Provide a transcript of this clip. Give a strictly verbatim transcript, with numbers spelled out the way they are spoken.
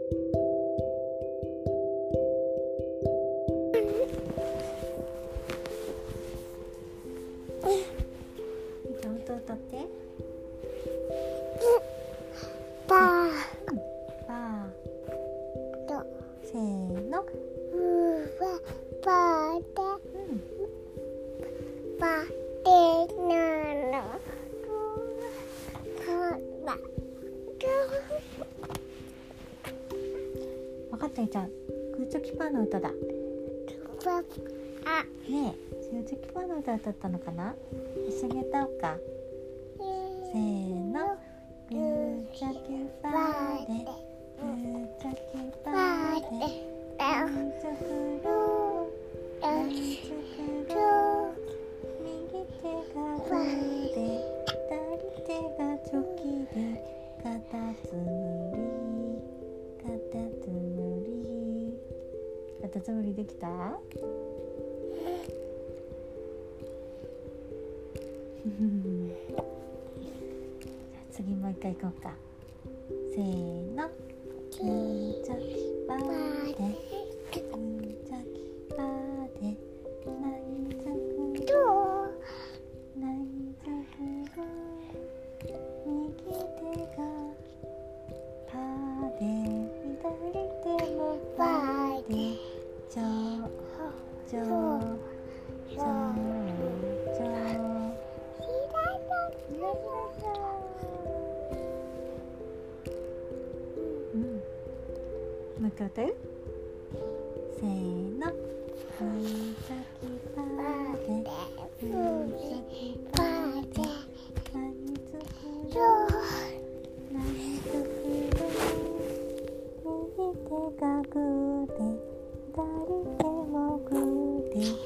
音をとってパーパーとせーのうわパーでうんパーでなのパー分かったよちゃんグーチョキパーの歌だねパーあえグーチョキパーの歌歌ったのかな一緒に歌おうかせーのグーチョキパーでグーチョキパーでグーチョクログーチョクロ右手がグーで左手がチョキでカタツムリカタツムリカタツムリできた次もう一回行こうかせーのグーチョキパーでグーチョキパーでなんじゃくろなんじゃくろ右手がパーで左手もパーでちょちょちょちょうん、もう一回歌うせーのグーチョキパーでグーチョキパーで何作ろう何作ろう右手がグーで左手もグーで